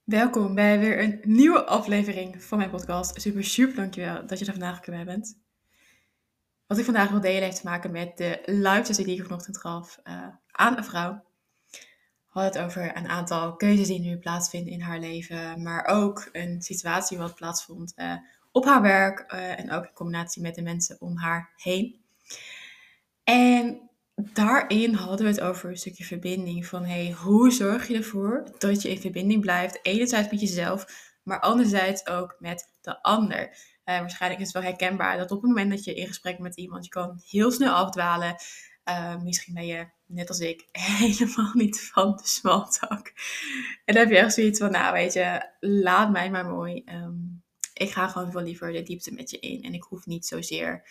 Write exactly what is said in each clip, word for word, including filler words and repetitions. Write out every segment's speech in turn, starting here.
Welkom bij weer een nieuwe aflevering van mijn podcast. Super, super dankjewel dat je er vandaag bij bent. Wat ik vandaag wil delen heeft te maken met de live sessie die ik vanochtend gaf uh, aan een vrouw. We hadden het over een aantal keuzes die nu plaatsvinden in haar leven, maar ook een situatie wat plaatsvond uh, op haar werk uh, en ook in combinatie met de mensen om haar heen. En daarin hadden we het over een stukje verbinding. Van hey, hoe zorg je ervoor dat je in verbinding blijft? Enerzijds met jezelf, maar anderzijds ook met de ander. Uh, waarschijnlijk is het wel herkenbaar dat op het moment dat je in gesprek met iemand, je kan heel snel afdwalen. Uh, misschien ben je, net als ik, helemaal niet van de small talk. En dan heb je echt zoiets van, nou weet je, laat mij maar mooi. Um, ik ga gewoon veel liever de diepte met je in. En ik hoef niet zozeer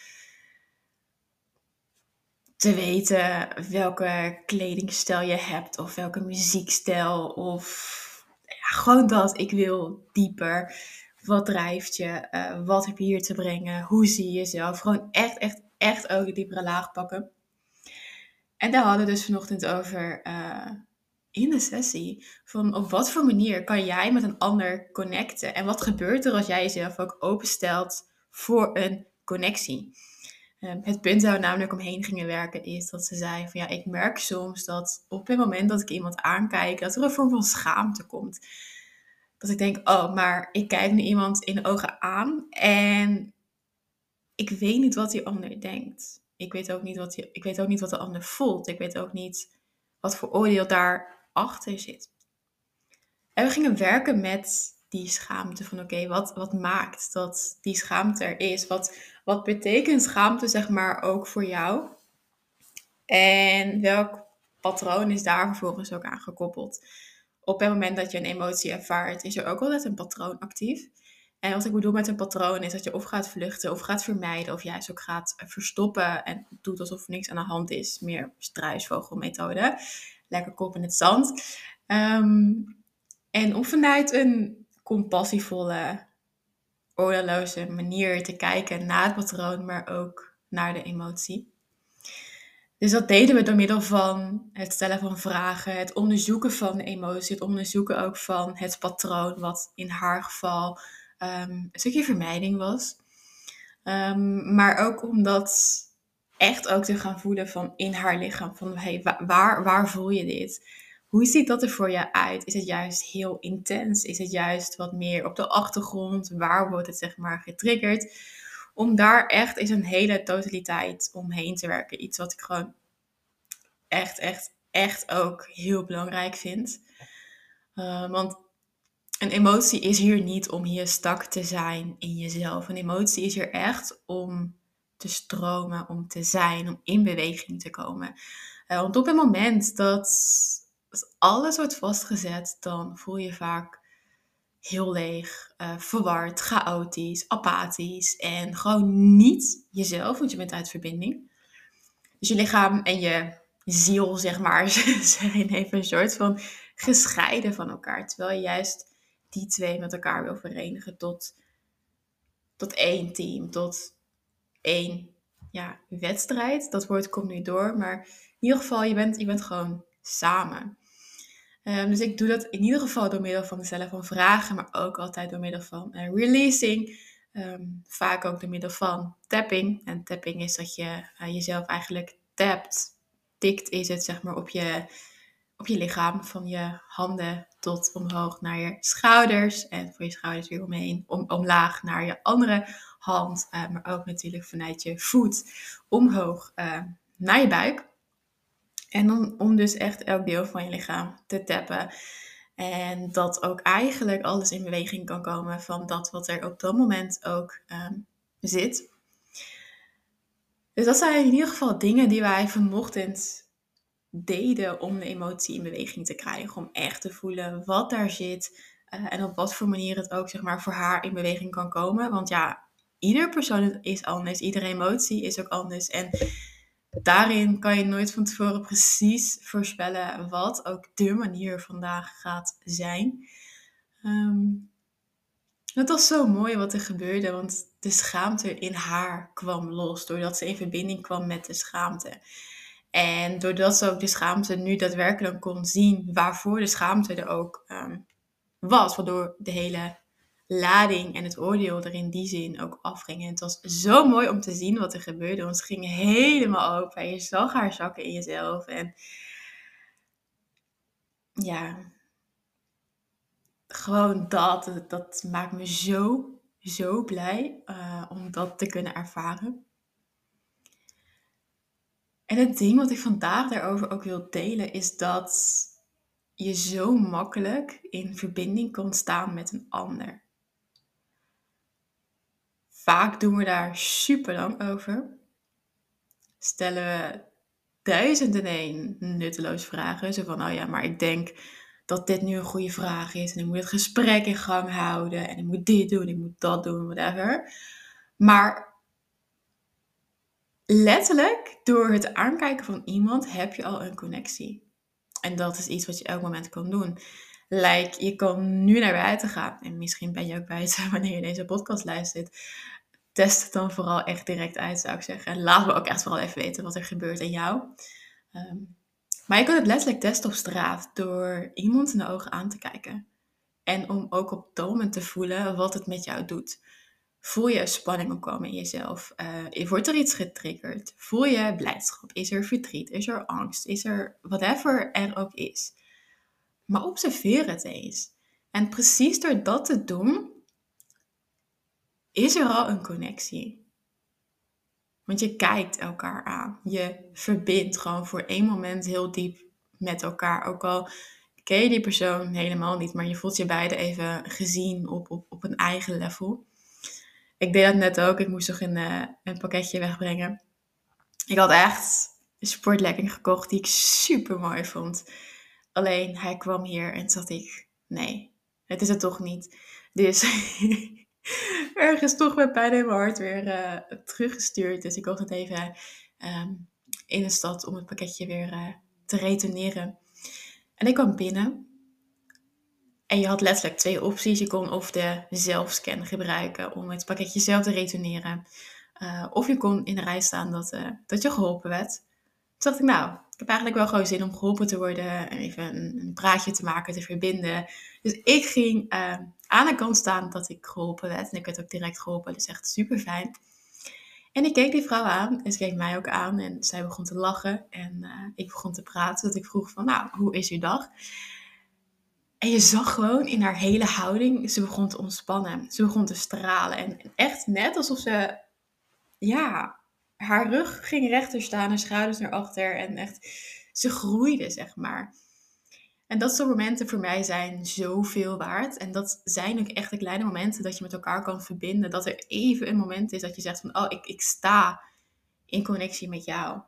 te weten welke kledingstijl je hebt of welke muziekstijl of ja, gewoon dat. Ik wil dieper. Wat drijft je? Uh, wat heb je hier te brengen? Hoe zie je jezelf? Gewoon echt, echt, echt ook een diepere laag pakken. En daar hadden we dus vanochtend over uh, in de sessie. Van op wat voor manier kan jij met een ander connecten? En wat gebeurt er als jij jezelf ook openstelt voor een connectie? Um, het punt waar we namelijk omheen gingen werken is dat ze zei van ja, ik merk soms dat op het moment dat ik iemand aankijk, dat er een vorm van schaamte komt. Dat ik denk, oh, maar ik kijk nu iemand in de ogen aan en ik weet niet wat die ander denkt. Ik weet ook niet wat, die, ik weet ook niet wat de ander voelt. Ik weet ook niet wat voor oordeel daarachter zit. En we gingen werken met die schaamte van oké, okay, wat, wat maakt dat die schaamte er is? Wat, wat betekent schaamte zeg maar ook voor jou? En welk patroon is daar vervolgens ook aan gekoppeld? Op het moment dat je een emotie ervaart, is er ook altijd een patroon actief. En wat ik bedoel met een patroon is dat je of gaat vluchten of gaat vermijden of juist ook gaat verstoppen en doet alsof er niks aan de hand is. Meer struisvogelmethode. Lekker kop in het zand. Um, en om vanuit een compassievolle, oordeelloze manier te kijken naar het patroon, maar ook naar de emotie. Dus dat deden we door middel van het stellen van vragen, het onderzoeken van de emotie, het onderzoeken ook van het patroon, wat in haar geval um, een stukje vermijding was. Um, maar ook om dat echt ook te gaan voelen van in haar lichaam. Van hey, waar, waar voel je dit? Hoe ziet dat er voor je uit? Is het juist heel intens? Is het juist wat meer op de achtergrond? Waar wordt het zeg maar getriggerd? Om daar echt eens een hele totaliteit omheen te werken. Iets wat ik gewoon echt, echt, echt ook heel belangrijk vind. Uh, want een emotie is hier niet om hier stak te zijn in jezelf. Een emotie is hier echt om te stromen, om te zijn, om in beweging te komen. Uh, want op het moment dat, dat alles wordt vastgezet, dan voel je vaak heel leeg, uh, verward, chaotisch, apathisch en gewoon niet jezelf, want je bent uit verbinding. Dus je lichaam en je ziel, zeg maar, zijn even een soort van gescheiden van elkaar. Terwijl je juist die twee met elkaar wil verenigen tot, tot één team, tot één ja, wedstrijd. Dat woord komt nu door, maar in ieder geval, je bent, je bent gewoon samen. Um, dus ik doe dat in ieder geval door middel van het stellen van vragen, maar ook altijd door middel van uh, releasing. Um, vaak ook door middel van tapping. En tapping is dat je uh, jezelf eigenlijk tapt. Tikt is het zeg maar op je, op je lichaam, van je handen tot omhoog naar je schouders. En van je schouders weer omheen, om, omlaag naar je andere hand. Uh, maar ook natuurlijk vanuit je voet omhoog uh, naar je buik. En dan om dus echt elk deel van je lichaam te tappen. En dat ook eigenlijk alles in beweging kan komen van dat wat er op dat moment ook um, zit. Dus dat zijn in ieder geval dingen die wij vanochtend deden om de emotie in beweging te krijgen. Om echt te voelen wat daar zit. Uh, en op wat voor manier het ook zeg maar, voor haar in beweging kan komen. Want ja, ieder persoon is anders. Iedere emotie is ook anders. En daarin kan je nooit van tevoren precies voorspellen wat ook de manier vandaag gaat zijn. Um, het was zo mooi wat er gebeurde, want de schaamte in haar kwam los, doordat ze in verbinding kwam met de schaamte. En doordat ze ook de schaamte nu daadwerkelijk kon zien waarvoor de schaamte er ook um, was. Waardoor de hele lading en het oordeel er in die zin ook afging. En het was zo mooi om te zien wat er gebeurde. Want ze ging helemaal open. En je zag haar zakken in jezelf. En ja, gewoon dat. Dat maakt me zo, zo blij uh, om dat te kunnen ervaren. En het ding wat ik vandaag daarover ook wil delen is dat je zo makkelijk in verbinding kan staan met een ander. Vaak doen we daar super lang over. Stellen we duizenden en één nutteloze vragen. Zo van, oh ja, maar ik denk dat dit nu een goede vraag is. En ik moet het gesprek in gang houden. En ik moet dit doen, ik moet dat doen, whatever. Maar letterlijk, door het aankijken van iemand heb je al een connectie. En dat is iets wat je elk moment kan doen. Like, je kan nu naar buiten gaan. En misschien ben je ook buiten wanneer je deze podcast luistert. Test het dan vooral echt direct uit, zou ik zeggen. En laat me ook echt vooral even weten wat er gebeurt in jou. Um, maar je kunt het letterlijk testen op straat door iemand in de ogen aan te kijken. En om ook op dat moment te voelen wat het met jou doet. Voel je spanning opkomen in jezelf? Uh, wordt er iets getriggerd? Voel je blijdschap? Is er verdriet? Is er angst? Is er whatever er ook is? Maar observeer het eens. En precies door dat te doen, is er al een connectie. Want je kijkt elkaar aan. Je verbindt gewoon voor één moment heel diep met elkaar. Ook al ken je die persoon helemaal niet, maar je voelt je beiden even gezien op, op, op een eigen level. Ik deed dat net ook. Ik moest nog een, uh, een pakketje wegbrengen. Ik had echt een sportlegging gekocht die ik super mooi vond. Alleen hij kwam hier en zat ik, nee, het is het toch niet. Dus ergens toch met pijn in mijn hart weer uh, teruggestuurd. Dus ik was het even um, in de stad om het pakketje weer uh, te retourneren. En ik kwam binnen. En je had letterlijk twee opties. Je kon of de zelfscan gebruiken om het pakketje zelf te retourneren. Uh, of je kon in de rij staan dat, uh, dat je geholpen werd. Toen dacht ik, nou, ik heb eigenlijk wel gewoon zin om geholpen te worden. En even een, een praatje te maken, te verbinden. Dus ik ging uh, aan de kant staan dat ik geholpen werd. En ik werd ook direct geholpen, dus echt super fijn. En ik keek die vrouw aan en ze keek mij ook aan. En zij begon te lachen en uh, ik begon te praten. Dat ik vroeg van, nou, hoe is uw dag? En je zag gewoon in haar hele houding, ze begon te ontspannen. Ze begon te stralen. En echt net alsof ze, ja, haar rug ging rechter staan, haar schouders naar achter. En echt, ze groeide, zeg maar. En dat soort momenten voor mij zijn zoveel waard. En dat zijn ook echt de kleine momenten dat je met elkaar kan verbinden. Dat er even een moment is dat je zegt van, oh, ik, ik sta in connectie met jou.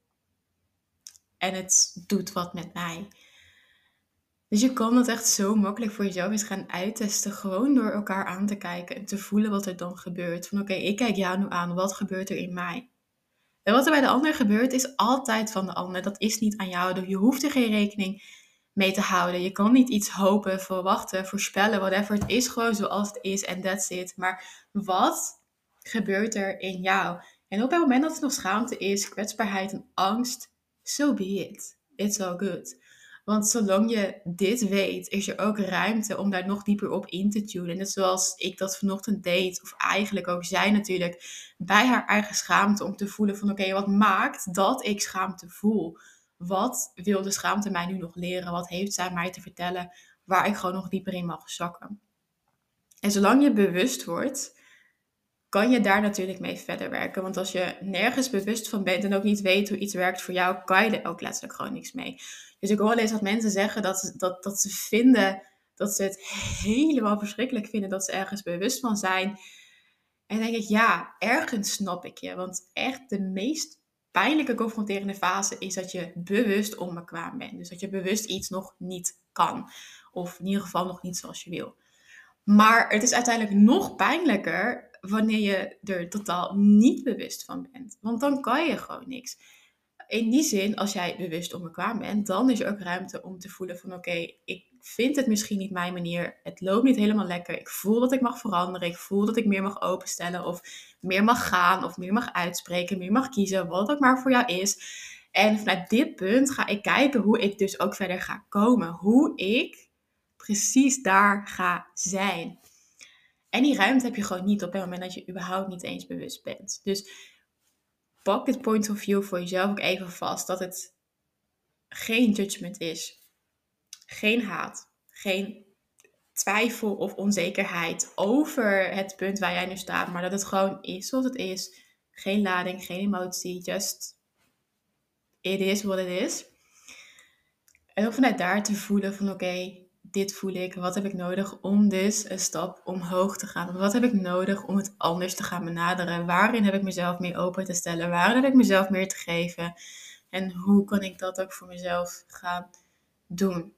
En het doet wat met mij. Dus je kan dat echt zo makkelijk voor jezelf eens gaan uittesten. Gewoon door elkaar aan te kijken en te voelen wat er dan gebeurt. Van oké, okay, ik kijk jou nu aan. Wat gebeurt er in mij? En wat er bij de ander gebeurt is altijd van de ander. Dat is niet aan jou. Dus je hoeft er geen rekening mee te houden. Je kan niet iets hopen, verwachten, voorspellen. Whatever. Het is gewoon zoals het is en that's it. Maar wat gebeurt er in jou? En op het moment dat er nog schaamte is, kwetsbaarheid en angst. So be it. It's all good. Want zolang je dit weet, is er ook ruimte om daar nog dieper op in te tunen. Net zoals ik dat vanochtend deed, of eigenlijk ook zij natuurlijk, bij haar eigen schaamte. Om te voelen van oké, okay, wat maakt dat ik schaamte voel? Wat wil de schaamte mij nu nog leren? Wat heeft zij mij te vertellen waar ik gewoon nog dieper in mag zakken? En zolang je bewust wordt, kan je daar natuurlijk mee verder werken. Want als je nergens bewust van bent en ook niet weet hoe iets werkt voor jou, kan je er ook letterlijk gewoon niks mee. Dus ik hoor wel eens dat mensen zeggen dat, dat, dat ze vinden, dat ze het helemaal verschrikkelijk vinden dat ze ergens bewust van zijn. En dan denk ik, ja, ergens snap ik je. Want echt de meest pijnlijke confronterende fase is dat je bewust onbekwaam bent. Dus dat je bewust iets nog niet kan. Of in ieder geval nog niet zoals je wil. Maar het is uiteindelijk nog pijnlijker wanneer je er totaal niet bewust van bent. Want dan kan je gewoon niks. In die zin, als jij bewust onbekwaam bent, dan is er ook ruimte om te voelen van oké, okay, ik vind het misschien niet mijn manier. Het loopt niet helemaal lekker. Ik voel dat ik mag veranderen. Ik voel dat ik meer mag openstellen of meer mag gaan of meer mag uitspreken, meer mag kiezen, wat ook maar voor jou is. En vanuit dit punt ga ik kijken hoe ik dus ook verder ga komen. Hoe ik precies daar ga zijn. En die ruimte heb je gewoon niet op het moment dat je überhaupt niet eens bewust bent. Dus pak dit point of view voor jezelf ook even vast. Dat het geen judgment is. Geen haat. Geen twijfel of onzekerheid over het punt waar jij nu staat. Maar dat het gewoon is zoals het is. Geen lading, geen emotie. Just it is what it is. En om vanuit daar te voelen van oké, okay, dit voel ik. Wat heb ik nodig om dus een stap omhoog te gaan? Wat heb ik nodig om het anders te gaan benaderen? Waarin heb ik mezelf meer open te stellen? Waarin heb ik mezelf meer te geven? En hoe kan ik dat ook voor mezelf gaan doen?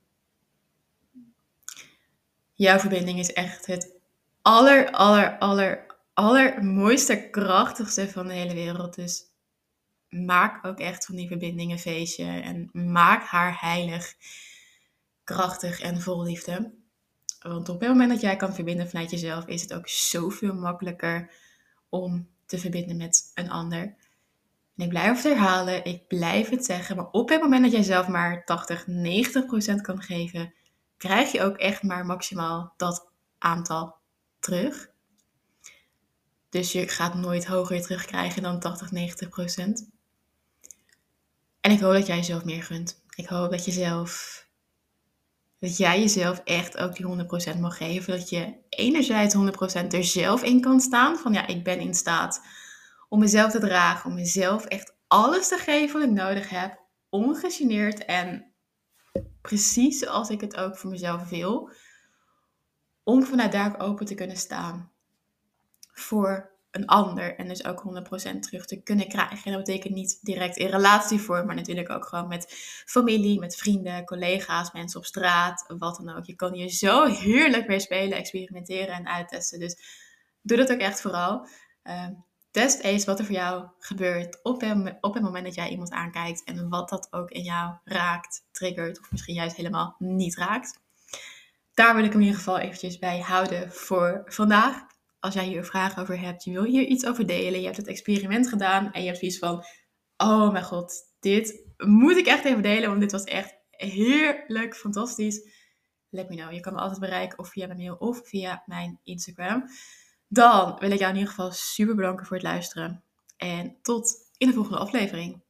Jouw verbinding is echt het aller, aller, aller, allermooiste, krachtigste van de hele wereld. Dus maak ook echt van die verbinding een feestje. En maak haar heilig, krachtig en vol liefde. Want op het moment dat jij kan verbinden vanuit jezelf, is het ook zoveel makkelijker om te verbinden met een ander. En ik blijf het herhalen, ik blijf het zeggen. Maar op het moment dat jij zelf maar tachtig, negentig procent kan geven, krijg je ook echt maar maximaal dat aantal terug. Dus je gaat nooit hoger terugkrijgen dan tachtig, negentig procent. En ik hoop dat jij jezelf meer gunt. Ik hoop dat je zelf, dat jij jezelf echt ook die honderd procent mag geven. Dat je enerzijds honderd procent er zelf in kan staan. Van ja, ik ben in staat om mezelf te dragen. Om mezelf echt alles te geven wat ik nodig heb. Ongegeneerd en precies zoals ik het ook voor mezelf wil. Om vanuit daar ook open te kunnen staan. Voor een ander. En dus ook honderd procent terug te kunnen krijgen. En dat betekent niet direct in relatievorm. Maar natuurlijk ook gewoon met familie, met vrienden, collega's, mensen op straat. Wat dan ook. Je kan hier zo heerlijk mee spelen, experimenteren en uittesten. Dus doe dat ook echt vooral. Uh, test eens wat er voor jou gebeurt op het, op het moment dat jij iemand aankijkt. En wat dat ook in jou raakt, triggert. Of misschien juist helemaal niet raakt. Daar wil ik hem in ieder geval eventjes bij houden voor vandaag. Als jij hier vragen over hebt, je wil hier iets over delen. Je hebt het experiment gedaan en je hebt zoiets van, oh mijn god, dit moet ik echt even delen. Want dit was echt heerlijk, fantastisch. Let me know. Je kan me altijd bereiken of via mijn mail of via mijn Instagram. Dan wil ik jou in ieder geval super bedanken voor het luisteren. En tot in de volgende aflevering.